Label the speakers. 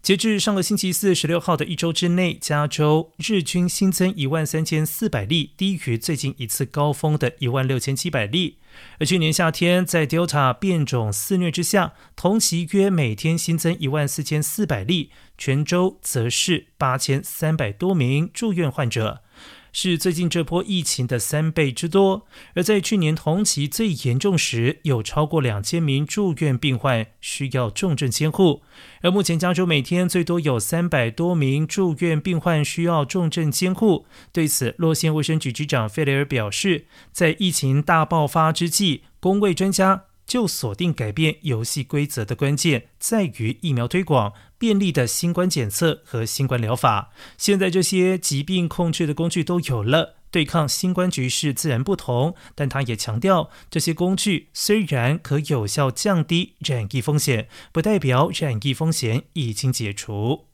Speaker 1: 截至上个星期四16号的一周之内，加州日均新增13400例，低于最近一次高峰的16700例。而去年夏天在 Delta 变种肆虐之下，同期约每天新增14400例，全州则是8300多名住院患者，是最近这波疫情的3倍之多。而在去年同期最严重时，有超过2000名住院病患需要重症监护。而目前加州每天最多有300多名住院病患需要重症监护。对此，洛县卫生局局长费雷尔表示，在疫情大爆发之际，公卫专家就锁定改变游戏规则的关键在于疫苗推广、便利的新冠检测和新冠疗法。现在这些疾病控制的工具都有了，对抗新冠局势自然不同，但他也强调，这些工具虽然可有效降低染疫风险，不代表染疫风险已经解除。